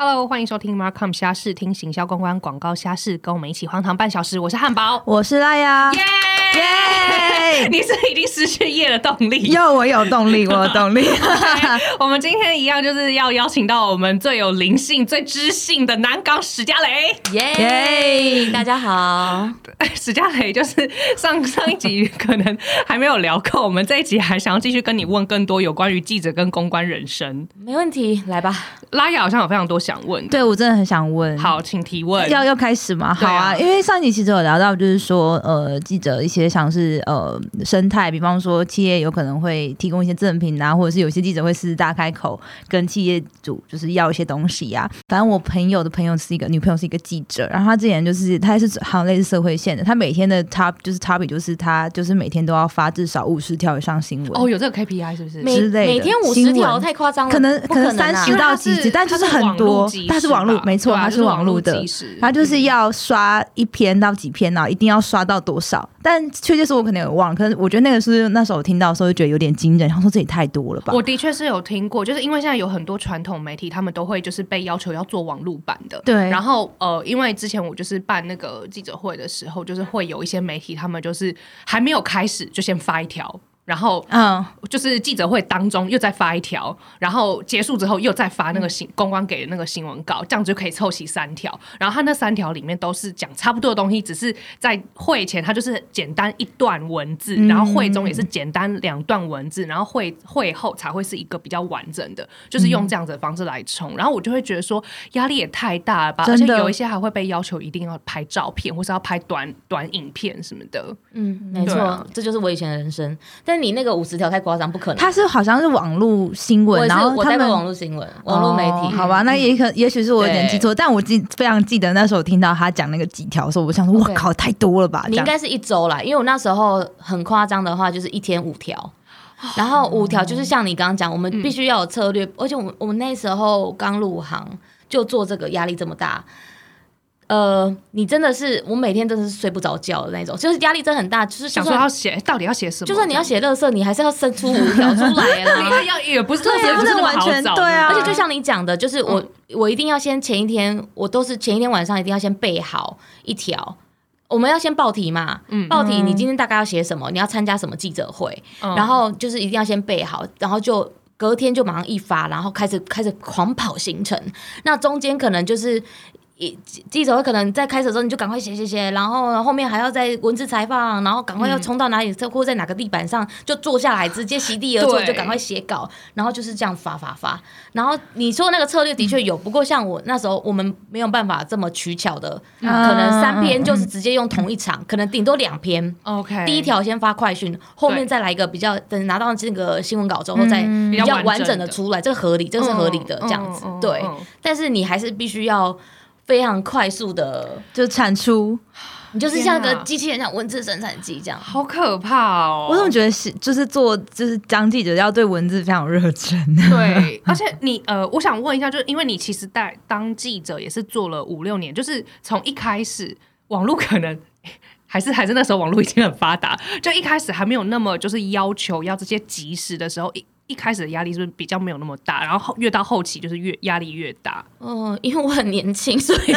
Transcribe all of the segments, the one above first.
Hello， 欢迎收听 Markham 虾事，听行销公关广告虾事，跟我们一起荒唐半小时。我是汉堡， 我是拉雅， 耶！你是已经失去夜的动力？ 我有动力，我有动力。 okay, 我们今天一样就是要邀请到我们最有灵性、最知性的南港史嘉蕾。 耶！大家好， 史嘉蕾就是上一集可能还没有聊够，我们这一集还想要继续跟你问更多有关于记者跟公关人生。 没问题，来吧。 拉雅好像有非常多想问的， 对我真的很想问。 好，请提问。 要开始吗？好啊，因为上集其实有聊到，就是说记者一些像是生态，比方说企业有可能会提供一些赠品啊，或者是有些记者会狮子大开口跟企业主就是要一些东西啊。反正我朋友的朋友是一个女朋友是一个记者，然后她之前就是她是好像类似社会线的，她每天的 topic 就是她就是每天都要发至少50条以上新闻。 哦，有这个 KPI 是不是？ 之类的每天50条太夸张了， 可能30到几集，但就是很多。它是网络，没错，它是网络的，它就是要刷1篇到几篇，然后一定要刷到多少。但确切说，我可能有忘了，可是我觉得那个是那时候我听到的时候就觉得有点惊人，然后说这也太多了吧。 我的确是有听过，就是因为现在有很多传统媒体，他们都会就是被要求要做网路版的。 对。 然后因为之前我就是办那个记者会的时候，就是会有一些媒体，他们就是还没有开始就先发一条。然后就是记者会当中又再发一条，然后结束之后又再发那个公关给的那个新闻稿，这样就可以凑齐3条。然后他那3条里面都是讲差不多的东西，只是在会前他就是简单1段文字，然后会中也是简单2段文字，然后会后才会是一个比较完整的，就是用这样子的方式来冲。然后我就会觉得说压力也太大了吧，而且有一些还会被要求一定要拍照片，或是要拍短影片什么的。 没错，这就是我以前的人生。但你那个50条太夸张，不可能。 它是好像是网络新闻，然后我代表网络新闻、网络媒体。 好吧，那也许是我有点记错，但我非常记得那时候听到他讲那个几条的时候，我想说，哇靠，太多了吧？ 你应该是1周啦，因为我那时候很夸张的话，就是1天5条。然后5条就是像你刚刚讲，我们必须要有策略，而且我们那时候刚入行就做这个，压力这么大。你真的是我每天真的是睡不着觉的那种，就是压力真的很大，就是想说要写到底要写什么， 就算你要写垃圾，你还是要生出5条出来啦。 也不是， 也不能完全对啊。 而且就像你讲的，就是我一定要先前一天，我都是前一天晚上一定要先备好1条。我们要先报题嘛，报题你今天大概要写什么，你要参加什么记者会，然后就是一定要先备好，然后就隔天就马上一发，然后开始狂跑行程。那中间可能就是记者会可能在开始的时候你就赶快写，然后后面还要在文字采访，然后赶快要冲到哪里，或在哪个地板上就坐下来，直接席地而坐，就赶快写稿，然后就是这样发。然后你说那个策略的确有，不过像我那时候我们没有办法这么取巧的，可能3篇就是直接用同一场，可能顶多2篇。 OK， 第1条先发快讯，后面再来一个比较，等拿到这个新闻稿之后再比较完整的出来，这个合理，这个是合理的这样子。对，但是你还是必须要非常快速的就产出， 你就是像个机器人像文字生产机这样， 好可怕哦！ 我怎么觉得就是当记者要对文字非常热忱？ 对，而且你我想问一下，就是因为你其实当记者也是做了5-6年，就是从一开始网络可能。还是那时候网络已经很发达，就一开始还没有那么就是要求要这些及时的时候，一开始的压力是不是比较没有那么大，然后越到后期就是压力越大？ 因为我很年轻，所以有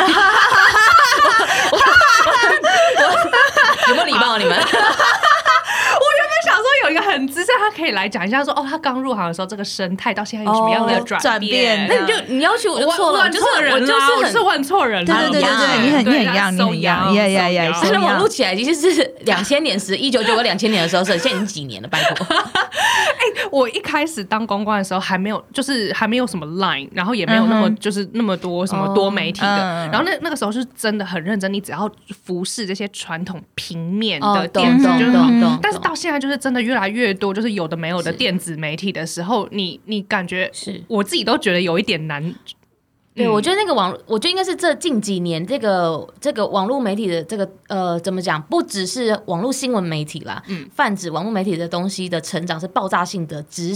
没有礼貌你们？ 我原本想说有一个很资深，他可以来讲一下说，他刚入行的时候这个生态到现在有什么样的转变？ 那你要求我就错了， 我就是问错人了。 对，你很一样， 现在网络起来已经是2000年时，1999、2000年的时候，现在已经几年了，拜托。 我一开始当公关的时候还没有什么 Line， 然后也没有那么多什么多媒体的，然后那个时候是真的很认真，你只要服侍这些传统平面的电子就是好，但是到现在就是真的越来越多，就是有的没有的电子媒体的时候，你感觉是我自己都觉得有一点难。 对，我觉得那个我觉得应该是这近几年这个网络媒体的这个怎么讲，不只是网络新闻媒体啦，泛指网络媒体的东西的成长是爆炸性的直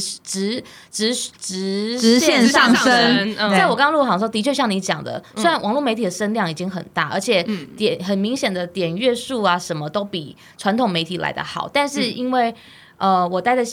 线上升。在我刚入行的时候，的确像你讲的，虽然网络媒体的声量已经很大，而且很明显的点阅数啊什么都比传统媒体来得好，但是因为我待的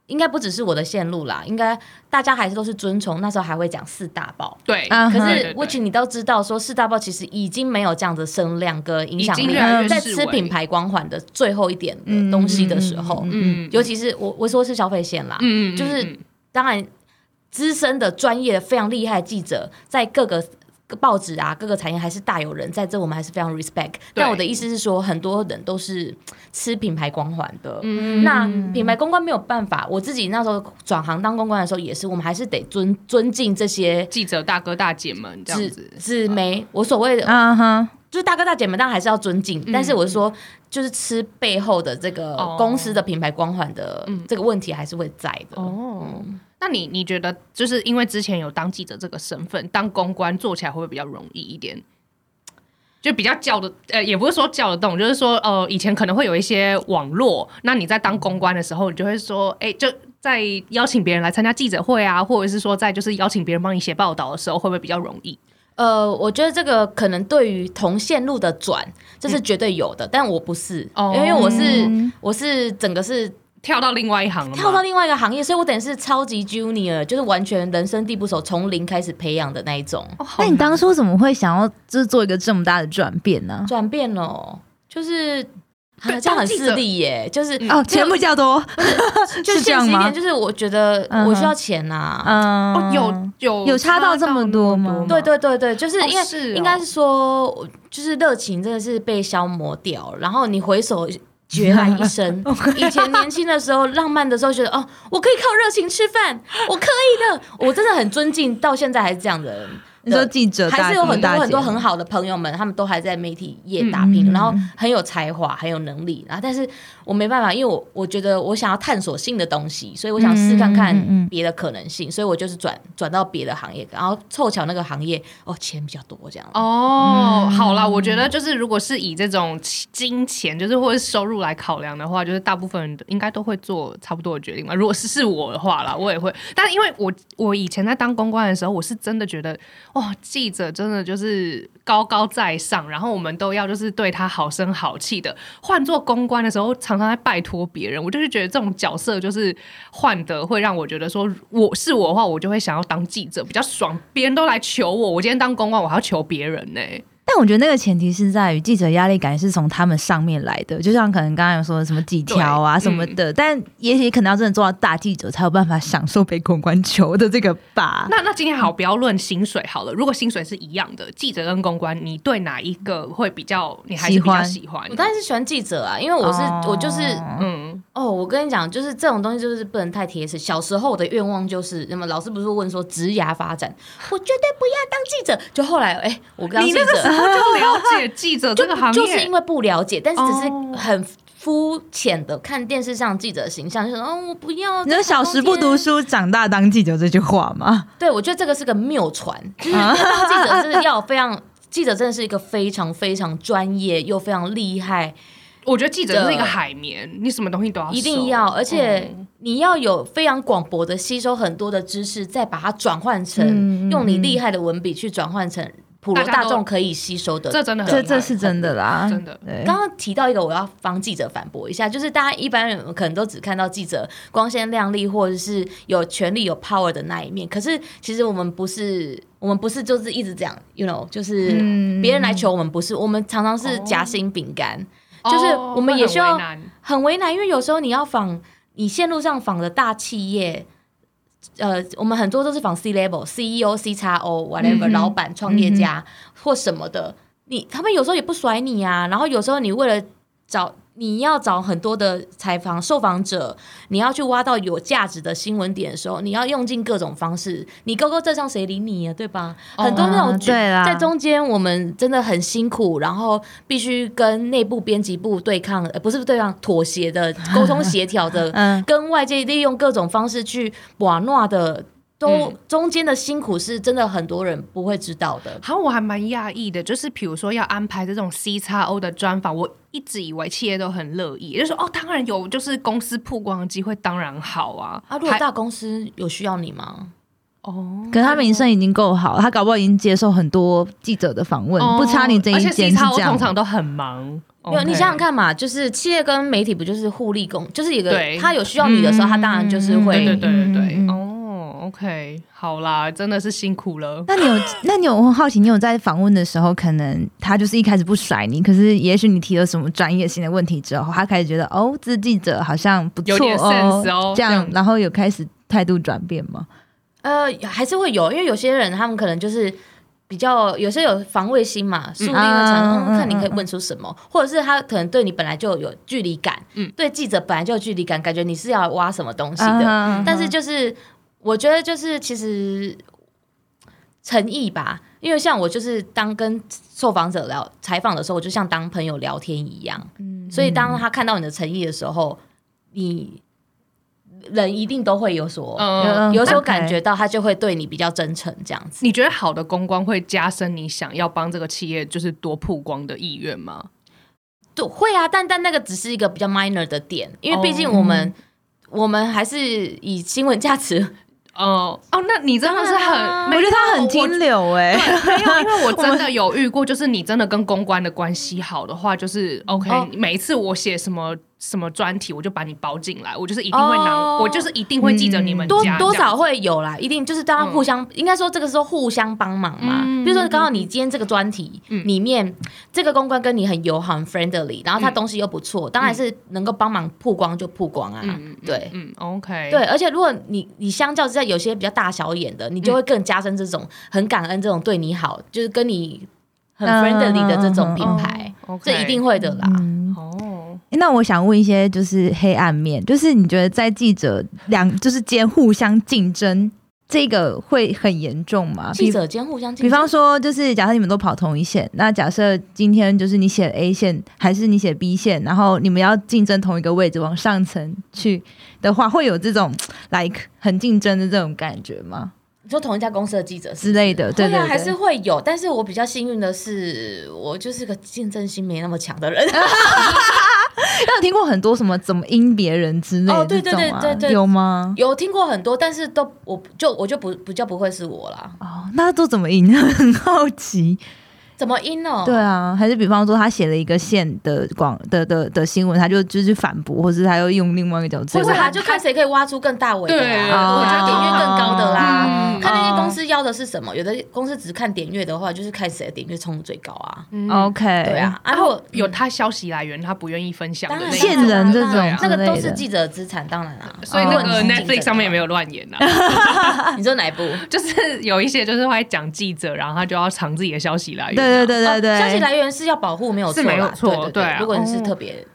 应该不只是我的线路啦，应该大家还是都是遵从那时候还会讲4大报， 对， 可是 which 你都知道说4大报其实已经没有这样的声量跟影响力，在吃品牌光环的最后一点的东西的时候，尤其是我说是消费线啦，就是当然资深的专业的非常厉害的记者在各个报纸啊，各个产业还是大有人在，这我们还是非常 respect。但我的意思是说，很多人都是吃品牌光环的。那品牌公关没有办法，我自己那时候转行当公关的时候也是，我们还是得尊敬这些记者大哥大姐们，这样子。 纸媒，我所谓的就是大哥大姐们，当然还是要尊敬。但是我是说，就是吃背后的这个公司的品牌光环的这个问题还是会在的。 那你觉得，就是因为之前有当记者这个身份，当公关做起来会不会比较容易一点？就比较叫的，也不是说叫得动，就是说，以前可能会有一些网络，那你在当公关的时候，你就会说，就在邀请别人来参加记者会啊，或者是说在就是邀请别人帮你写报道的时候，会不会比较容易？ 我觉得这个可能对于同线路的转，这是绝对有的，但我不是，因为我是整个是。 跳到另外一行了吗？ 跳到另外一个行业，所以我等于是超级 junior， 就是完全人生地不熟，从零开始培养的那一种。 那你当初怎么会想要就是做一个这么大的转变呢？ 转变了，就是这样很势利耶，就是钱比较多， 就现实一点，就是我觉得我需要钱呐， 有差到这么多吗？ 对，就是因为应该是说，就是热情真的是被消磨掉，然后你回首。孑然一身。以前年轻的时候，浪漫的时候，觉得我可以靠热情吃饭，我可以的。我真的很尊敬，到现在还是这样的人。 你说记者还是有很多很好的朋友们，他们都还在媒体业打拼，然后很有才华，很有能力。然后，但是我没办法，因为我觉得我想要探索新的东西，所以我想试看看别的可能性，所以我就是转到别的行业，然后凑巧那个行业钱比较多这样。 好啦，我觉得就是如果是以这种金钱就是或是收入来考量的话，就是大部分人应该都会做差不多的决定嘛。如果是我的话啦，我也会。但因为我以前在当公关的时候，我是真的觉得。记者真的就是高高在上，然后我们都要就是对他好声好气的。换做公关的时候，常常在拜托别人，我就是觉得这种角色就是换的，会让我觉得说，我是我的话，我就会想要当记者，比较爽。别人都来求我今天当公关，我还要求别人呢。 但我觉得那个前提是在于记者压力感是从他们上面来的，就像可能刚刚有说什么几条啊什么的，但也许可能要真的做到大记者才有办法享受被公关求的这个吧。 那今天好，不要论薪水好了，如果薪水是一样的，记者跟公关，你对哪一个会比较？你还是比较喜欢？ 我当然是喜欢记者啊，因为我就是我跟你讲，就是这种东西就是不能太贴实。小时候我的愿望就是，那么老师不是问说职涯发展，我绝对不要当记者。就后来我当记者。 我就了解记者这个行业， 就是因为不了解，但是只是很肤浅的看电视上记者的形象，就是我不要。 你说小时不读书，长大当记者这句话吗？ 对，我觉得这个是个谬传，就是当记者是要非常，记者真的是一个非常非常专业又非常厉害。 我觉得记者是一个海绵，你什么东西都要一定要，而且你要有非常广博的吸收很多的知识，再把它转换成用你厉害的文笔去转换成。普罗大众可以吸收的， 这真的这是真的啦， 真的。 刚刚提到一个，我要帮记者反驳一下，就是大家一般人可能都只看到记者光鲜亮丽或者是有权力有 power 的那一面，可是其实我们不是就是一直这样 ，you know， 就是别人来求我们不是，我们常常是夹心饼干，就是我们也需要很为难，因为有时候你要访你线路上访的大企业。我们很多都是访 C level CEO CXO whatever 老板创业家或什么的，他们有时候也不甩你啊，然后有时候你为了你要找很多的采访受访者，你要去挖到有价值的新闻点的时候，你要用尽各种方式，你勾勾这上谁理你啊，对吧？很多那种在中间我们真的很辛苦，然后必须跟内部编辑部对抗，不是对抗，妥协的沟通协调的跟外界利用各种方式去瓦诺的中间的辛苦是真的很多人不会知道的。 好，我还蛮讶异的，就是比如说要安排这种 CXO 的专访，我一直以为企业都很乐意，就是说当然有，就是公司曝光的机会当然好啊。 如果大公司有需要你吗？ 可是他名声已经够好，他搞不好已经接受很多记者的访问，不差你这一件是这样。 而且 CXO 通常都很忙。 没有，你想想看嘛，就是企业跟媒体不就是互利共，就是一个他有需要你的时候，他当然就是会对。OK， 好啦，真的是辛苦了。 那你有很好奇，你有在访问的时候，可能他就是一开始不甩你，可是也许你提了什么专业性的问题之后，他开始觉得这记者好像不错有点 sense 哦， 这样，然后有开始态度转变吗？ 还是会有，因为有些人他们可能就是比较有些有防卫心嘛，树立会强，看你可以问出什么，或者是他可能对你本来就有距离感，对记者本来就有距离感，感觉你是要挖什么东西的，但是就是我觉得就是其实诚意吧，因为像我就是当跟受访者采访的时候，我就像当朋友聊天一样，所以当他看到你的诚意的时候，你人一定都会有所感觉到，他就会对你比较真诚这样子。 你觉得好的公关会加深你想要帮这个企业就是多曝光的意愿吗？ 对，会啊，但那个只是一个比较 minor 的点，因为毕竟我们还是以新闻价值。 那你真的是很， 我觉得他很听流没有，因为我真的有遇过，就是你真的跟公关的关系好的话，就是 OK，每一次我写什么专题，我就把你包进来，我就是一定会我就是一定会记着你们家， 多少会有啦，一定就是大家互相，应该说这个时候互相帮忙嘛。比如说刚好你今天这个专题里面，这个公关跟你很友好、很 friendly， 然后他东西又不错，当然是能够帮忙曝光就曝光啊。对 ，OK， 对，而且如果你相较之下有些比较大小眼的，你就会更加深这种很感恩这种对你好，就是跟你很 friendly 的这种品牌，这一定会的啦。 那我想问一些就是黑暗面，就是你觉得在记者就是间互相竞争，这个会很严重吗？ 记者间互相竞争， 比方说就是假设你们都跑同一线，那假设今天就是你写 A 线还是你写 B 线，然后你们要竞争同一个位置往上层去的话，会有这种 like 很竞争的这种感觉吗？ 你说同一家公司的记者是不是之类的，对， 还是会有，但是我比较幸运的是，我就是个竞争心没那么强的人。 那有听过很多什么怎么阴别人之类的这种对，有吗？ 有听过很多，但是我就比较不会是我啦。 那都怎么阴？很好奇。 怎么阴呢？ 对啊，还是比方说他写了一个线的新闻，他就是反驳，或是他又用另外一个角度， 或是他就看谁可以挖出更大尾的。对，我觉得点阅更高的啦。看那些公司要的是什么，有的公司只看点阅的话，就是看谁的点阅冲最高啊。 OK， 对啊， 然后有他消息来源，他不愿意分享的线人这种， 那个都是记者的资产，当然啦。 所以那个 Netflix 上面也没有乱言啊。 你说哪一部？ 就是有一些就是会讲记者，然后他就要藏自己的消息来源。 对， 消息来源是要保护，没有错， 是没有错， 对。如果你是特别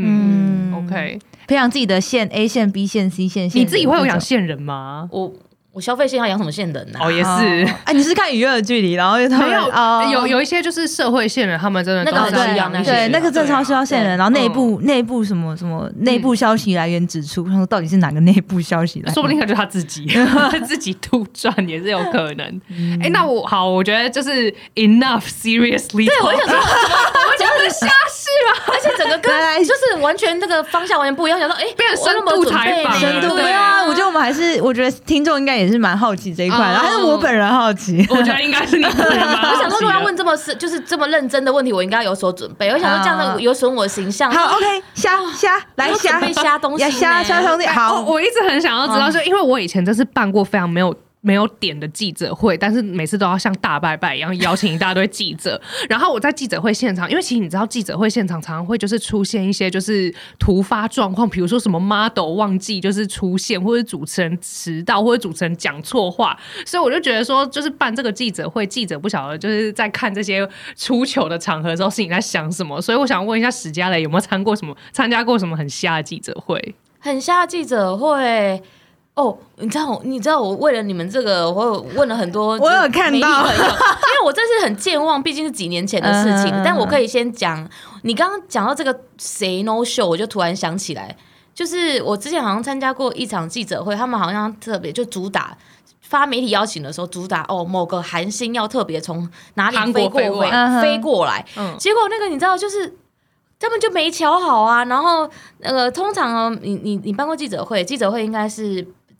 ，OK， 培养自己的线 A 线 B 线 C 线， 你自己会有养线人吗？ 我消费线要养什么线人啊？ 也是。 你是看娱乐距离，然后他们有一些就是社会线人，他们真的那个很需要， 对，那个真的超需要线人。然后内部什么内部消息来源指出，他说到底是哪个内部消息来源？ 说不定他就是他自己自己杜撰也是有可能。那我觉得就是 enough seriously。 对，我想说， 我讲的瞎事嘛， 而且整个跟就是完全那个方向完全不一样。想说， 变成深度采访， 对啊，我觉得我们还是，我觉得听众应该也是蛮好奇这一块，然后还是我本人好奇。 我觉得应该是你本人蛮好奇的。 我想说，如果要问就是这么认真的问题，我应该有所准备。我想说，这样有损我的形象。 好 ，OK， 虾来虾， 准备虾东西， 虾兄弟。好， 我一直很想要知道，就因为我以前真是办过非常没有点的记者会，但是每次都要像大拜拜一样邀请一大堆记者。然后我在记者会现场，因为其实你知道记者会现场常常会就是出现一些就是突发状况，比如说什么 model 忘记就是出现，或者主持人迟到，或者主持人讲错话，所以我就觉得说，就是办这个记者会，记者不晓得就是在看这些出糗的场合的时候，心里在想什么。所以我想问一下史嘉蕾有没有参加过什么很瞎的记者会？ 很瞎的记者会。你知道我为了你们这个，我有问了很多， 我有看到， 因为我这是很健忘，毕竟是几年前的事情。但我可以先讲，你刚刚讲到这个 Say No Show， 我就突然想起来，就是我之前好像参加过一场记者会，他们好像特别就主打发媒体邀请的时候，主打某个韩星要特别从哪里飞过来，结果那个你知道就是他们就没瞧好啊。然后通常你办过记者会，记者会应该是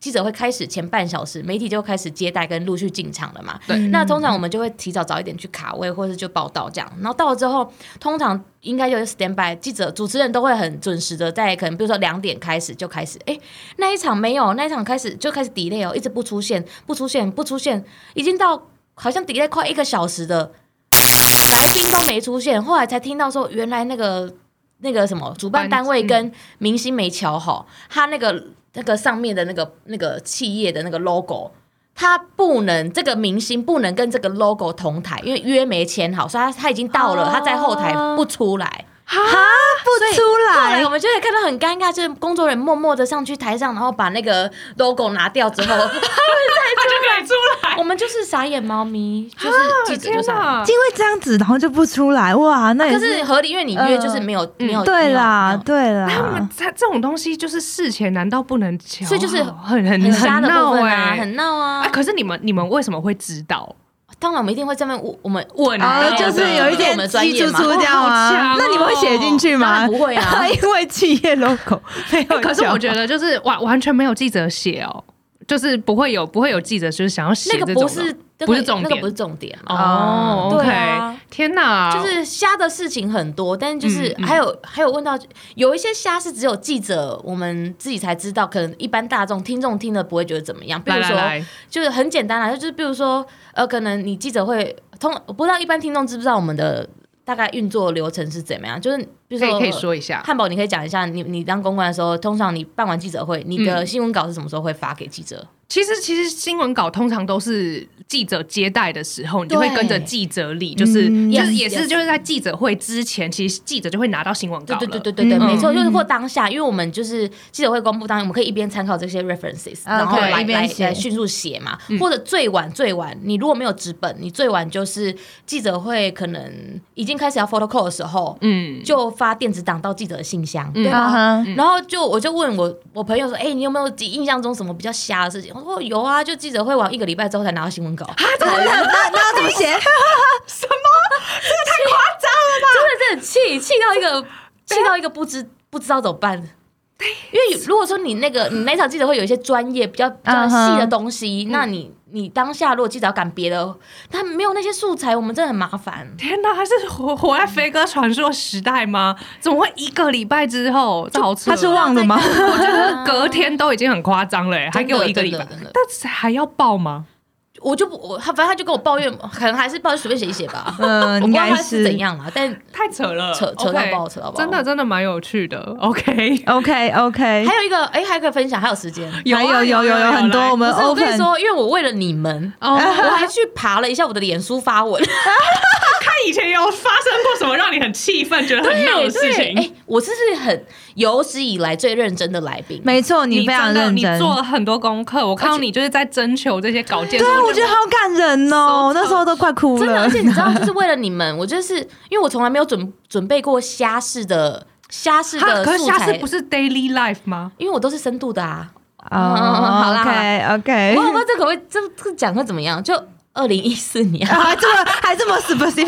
记者会开始前半小时，媒体就开始接待跟陆续进场了嘛。 对， 那通常我们就会提早一点去卡位，或是就报道这样。然后到了之后，通常应该就是 stand by， 记者主持人都会很准时的在可能比如说2点开始就开始，那一场没有，那一场开始 delay 哦，一直不出现，已经到好像 delay 快1个小时的来宾都没出现，后来才听到说原来那个什么主办单位跟明星没瞧好，他那个上面的那个企业的那个 logo， 他不能这个明星不能跟这个 logo 同台，因为约没签好，所以他已经到了，他在后台不出来。 不出来， 我们就会看到很尴尬，就是工作人员默默的上去台上，然后把那个 logo 拿掉之后，他就可以出来。 我们就是傻眼猫咪，就是记者就傻眼， 因为这样子，然后就不出来，哇，那也是合理，因为你约就是没有， 对啦。 这种东西就是事前难道不能瞧？ 所以就是很瞎的部分啊， 很闹啊。 可是你们为什么会知道？ 当然，我们一定会这边我们问， 就是有一点基础出掉啊。那你们会写进去吗？ 不会啊， 因为企业 logo 没有。 可是我觉得就是完全没有记者写哦，就是不会有记者就是想要写这种，不是重点， 那个不是重点哦。 对啊，天哪， 就是瞎的事情很多，但是就是还有问到有一些瞎是只有记者我们自己才知道，可能一般大众听众听了不会觉得怎么样。比如说，就是很简单啦，就是比如说可能你记者会我不知道一般听众知不知道我们的大概运作流程是怎么样？就是比如说可以说一下， 汉堡，你可以讲一下，你当公关的时候，通常你办完记者会，你的新闻稿是什么时候会发给记者？ 其实新闻稿通常都是记者接待的时候，你就会跟着记者里，就是在记者会之前，其实记者就会拿到新闻稿了。 对，没错，就是或当下，因为我们就是记者会公布当天，我们可以一边参考这些 references， 然后来迅速写嘛，或者最晚，你如果没有纸本，你最晚就是记者会可能已经开始要 photo call 的时候，就发电子档到记者的信箱，对吧？然后我就问我朋友说，你有没有印象中什么比较瞎的事情？我说有啊，就记者会完1个礼拜之后才拿到新闻稿。 那要怎么写？ 什么？这个太夸张了吧！ 真的气到一个不知道怎么办。因为如果说你那场记者会有一些专业比较细的东西，那你当下如果记者要赶别的，他没有那些素材，我们真的很麻烦。 天哪，还是活在飞鸽传书时代吗？怎么会1个礼拜之后？这好扯！ 他是忘了吗？ 我觉得隔天都已经很夸张了，还给我1个礼拜，但还要报吗？ 反正他就跟我抱怨，可能还是抱怨随便写一写吧。 我不知道他是怎样啦，但太扯了， 扯到爆， 真的蛮有趣的。OK， 还有一个还可以分享，还有时间， 有很多。我们我跟你说，因为我为了你们，我还去爬了一下我的脸书发文。 看以前有发生过什么让你很气愤、觉得很闹的事情？ 我是很有史以来最认真的来宾。 没错，你非常认真， 你做了很多功课。我看到你就是在征求这些稿件， 对，我觉得好感人哦，我那时候都快哭了。 真的，而且你知道，就是为了你们，我就是因为我从来没有准备过瞎事的素材。 可是瞎事不是 daily life 吗？ 因为我都是深度的啊。 好啦 ，OK， 我不知道这个讲会怎么样，就。2014年还这么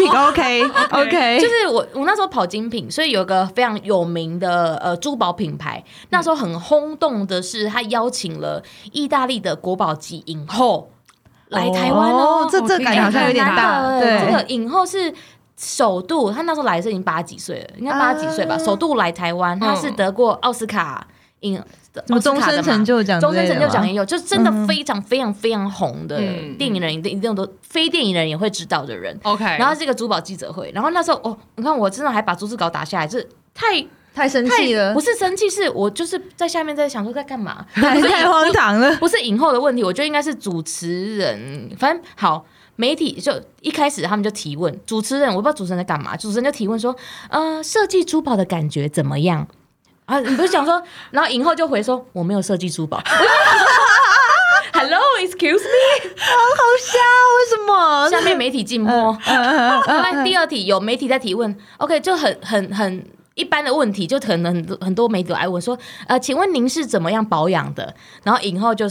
specific，OK， 就是我那时候跑精品，所以有个非常有名的珠宝品牌，那时候很轰动的是，他邀请了意大利的国宝级影后来台湾哦， 这感觉好像有点大，对， 这个影后是首度，他那时候来的时候已经80几岁了，应该80几岁吧，首度来台湾，他是得过奥斯卡什么终身成就奖， 终身成就奖也有，就真的非常非常非常红的电影人，一定都非电影人也会知道的人。 OK， 然后这个珠宝记者会，然后那时候你看我真的还把逐字稿打下来，就是太生气了， 不是生气，是我就是在下面在想说在干嘛， 太荒唐了。 不是影后的问题，我觉得应该是主持人，反正好。媒体就一开始他们就提问主持人，我不知道主持人在干嘛，主持人就提问说，设计珠宝的感觉怎么样？啊，你不是讲说，然后影后就回说我没有设计珠宝。Hello, excuse me， 好笑，为什么？ 下面媒体静默。第二题有媒体在提问 ，OK， 就很一般的问题，就可能很多媒体来问说，请问您是怎么样保养的？然后影后就说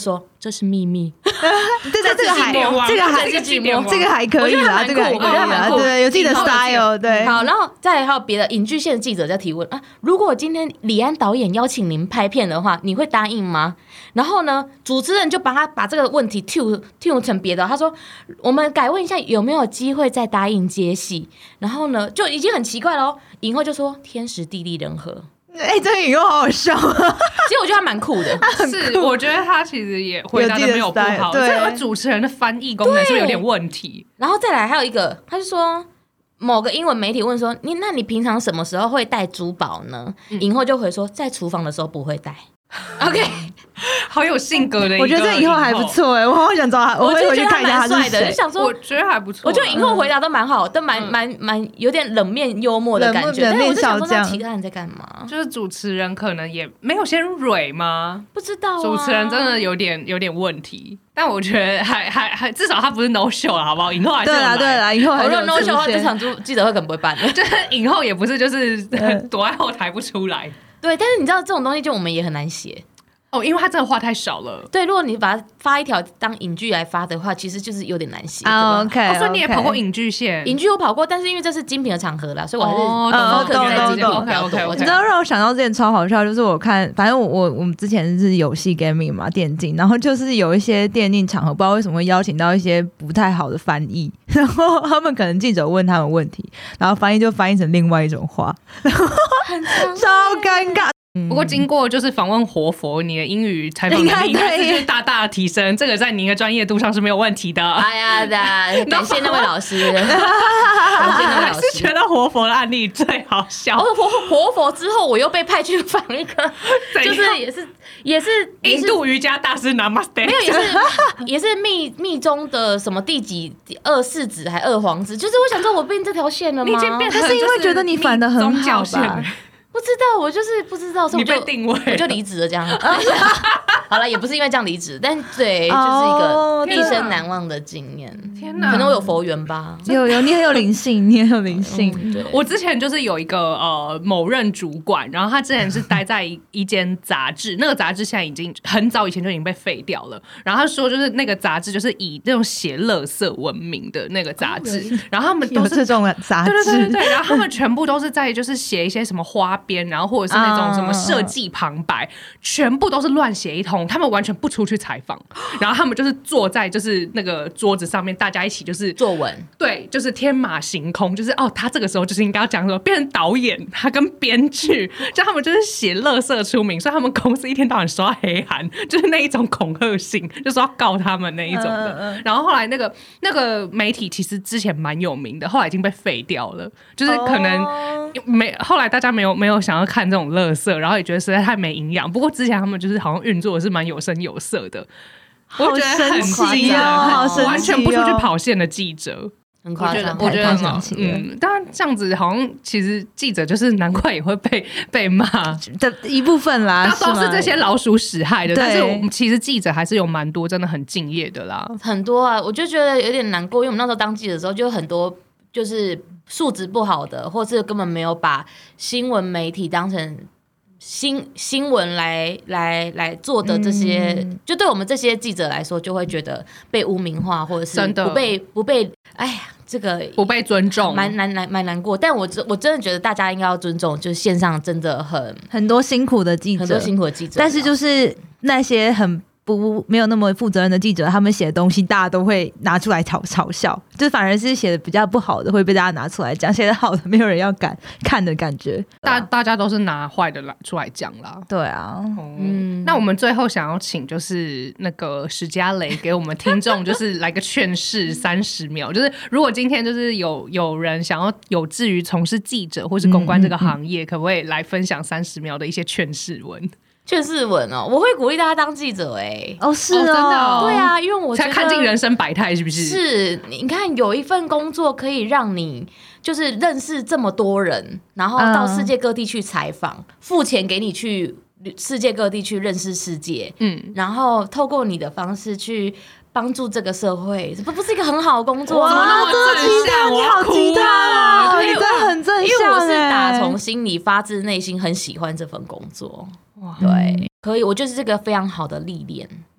这是秘密。 对，这个还可以啦，这个还可以啦，对，有自己的 style， 对。 好，然后再来还有别的影剧线的记者在提问啊，如果今天李安导演邀请您拍片的话，你会答应吗？然后呢，主持人就把这个问题 tune 成别的，他说我们改问一下有没有机会再答应接戏，然后呢就已经很奇怪了，影后就说天时地利人和。 这个影后好好笑啊！ 其实我觉得他蛮酷的， 是我觉得他其实也回答的没有不好，这个主持人的翻译功能是不是有点问题？ 然后再来还有一个，他就说某个英文媒体问说那你平常什么时候会带珠宝呢？影后就回说在厨房的时候不会带。OK， 好有性格的一个， 我觉得这影后还不错我好想找他，我会回去看一下他是谁。 就想说， 我觉得还不错。 我觉得影后回答都蛮好，都蛮有点冷面幽默的感觉。但是我就想说，那其他人在干嘛？ 就是主持人可能也没有先蕊吗？ 不知道， 主持人真的有点问题。但我觉得还至少他不是 no show 了，好不好？影后还是有来。 对啦，影后还是有出现。 如果 no show 的话，这场记者会可能不会办的。 就是影后也不是就是躲在后台不出来。 对，但是你知道这种东西，就我们也很难写。 因为他真的话太少了。 对，如果你把它发一条当影剧来发的话，其实就是有点难写。 OK， 所以你也跑过影剧线？ 影剧我跑过，但是因为这是精品的场合啦，所以我还是focus在精品比较多。 你知道让我想到之前超好笑，就是我看，反正我们之前是游戏 gaming 嘛，电竞，然后就是有一些电竞场合，不知道为什么会邀请到一些不太好的翻译，然后他们可能记者问他们问题，然后翻译就翻译成另外一种话，然后超尴尬。 不过经过就是访问活佛，你的英语采访能力应该是大大的提升，这个在您的专业度上是没有问题的。 哎呀，感谢那位老师。感谢那位老师。 是觉得活佛的案例最好笑。 活佛之后，我又被派去访一个，就是也是印度瑜伽大师 Namaste， 没有也是密宗的什么第几二世子还二皇子，就是我想说我变这条线了吗？ 你已经变成是因为觉得你反的很好吧？ 不知道，我就是不知道，所以我就离职了这样。好了，也不是因为这样离职，但对，就是一个毕生难忘的经验。 天哪， 可能我有佛缘吧。 有，你很有灵性，你很有灵性。 我之前就是有一个某任主管，然后他之前是待在一间杂志，那个杂志现在已经很早以前就已经被废掉了。然后他说，就是那个杂志就是以那种写垃圾闻名的那个杂志，然后他们都是这种杂志， 对，然后他们全部都是在就是写一些什么花边，然后或者是那种什么设计旁白，全部都是乱写一通，他们完全不出去采访，然后他们就是坐在就是那个桌子上面，大家一起就是作文， 对，就是天马行空，就是他这个时候就是应该要讲什么，变成导演，他跟编剧，就他们就是写垃圾出名，所以他们公司一天到晚收到黑函，就是那一种恐嚇信，就说要告他们那一种的。然后后来那个媒体其实之前蛮有名的，后来已经被废掉了，就是可能后来大家没有想要看这种垃圾，然后也觉得实在太没营养。不过之前他们就是好像运作的是蛮有声有色的，我觉得很奇哦， 完全不出去跑线的记者。 很夸张， 我觉得当然这样子好像其实记者就是难怪也会被骂的一部分啦， 都是这些老鼠屎害的。但是我们其实记者还是有蛮多真的很敬业的啦， 很多啊，我就觉得有点难过，因为我们那时候当记者的时候，就很多就是素质不好的，或是根本没有把新闻媒体当成新闻来做的这些，就对我们这些记者来说，就会觉得被污名化，或者是不被，哎呀，这个不被尊重， 蛮难过。但我真的觉得大家应该要尊重，就是线上真的很多辛苦的记者，但是就是那些没有那么负责任的记者，他们写的东西大家都会拿出来嘲笑，就反而是写的比较不好的会被大家拿出来讲，写的好的没有人要敢看的感觉。 大家都是拿坏的出来讲啦。 对啊， 那我们最后想要请就是那个史嘉蕾给我们听众就是来个劝世30秒，就是如果今天就是有人想要有志于从事记者或是公关这个行业，可不可以来分享30秒的一些劝世文？ 劝世文哦，我会鼓励大家当记者是哦， 真的对啊，因为我才看尽人生百态，是不是？ 是，你看有一份工作可以让你就是认识这么多人，然后到世界各地去采访，付钱给你去世界各地去认识世界，然后透过你的方式去帮助这个社会，不是一个很好的工作吗？ 怎么那么正向？ 你好鸡汤啊！你真的很正向， 因为我是打从心里发自内心很喜欢这份工作。对，可以，我就是这个非常好的历练。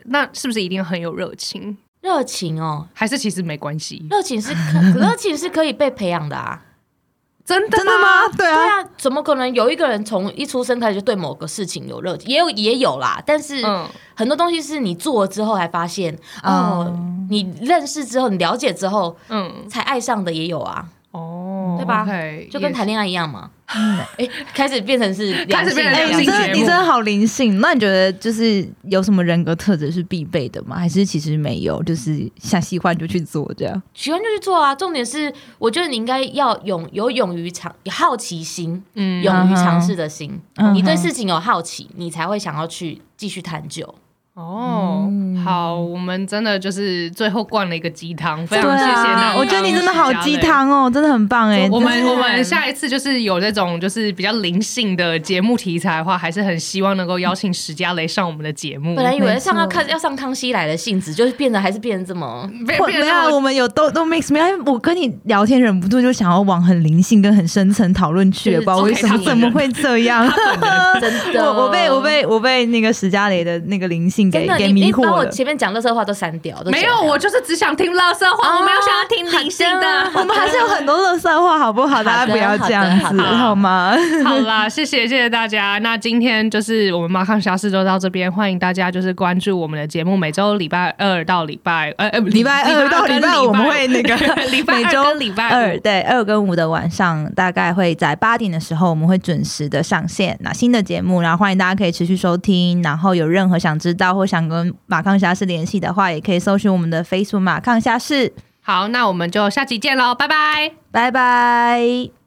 那是不是一定很有热情？ 热情哦， 还是其实没关系？ 热情是可以被培养的啊。 真的吗？对啊， 怎么可能有一个人从一出生开始就对某个事情有热情？也有啦，但是很多东西是你做了之后才发现，你认识之后，你了解之后，才爱上的也有啊。对吧？ Okay, 就跟谈恋爱一样嘛。开始变成是开始变成你真的好灵性。那你觉得就是有什么人格特质是必备的吗？还是其实没有，就是想喜欢就去做这样？ 喜欢就去做啊。重点是，我觉得你应该要勇于有好奇心，勇于尝试的心。你对事情有好奇，你才会想要去继续探究。 好，我们真的就是最后灌了一个鸡汤，非常谢谢。 我觉得你真的好鸡汤哦，真的很棒哎。 我们下一次就是有这种就是比较灵性的节目题材的话，还是很希望能够邀请史嘉蕾上我们的节目。 本来以为要上康熙来的性质，就是还是变成这么没有，我们有都 mix 没有。我跟你聊天忍不住就想要往很灵性跟很深层讨论去，不知道为什么怎么会这样。 真的， 我被那个史嘉蕾的那个灵性给迷惑了。 把我前面讲垃圾话都删掉， 没有，我就是只想听垃圾话，我没有想要听灵性的。 我们还是有很多垃圾话，好不好？大家不要这样子，好吗？ 好啦，谢谢大家。那今天就是我们马康虾事就到这边，欢迎大家就是关注我们的节目，每周礼拜二到礼拜五我们会那个每周礼拜二对2跟5的晚上，大概会在8点的时候，我们会准时的上线那新的节目，然后欢迎大家可以持续收听。然后有任何想知道或想跟马康虾事联系的话，也可以搜寻我们的 Facebook 马康虾事。 好，那我们就下期见喽，拜拜， 拜拜。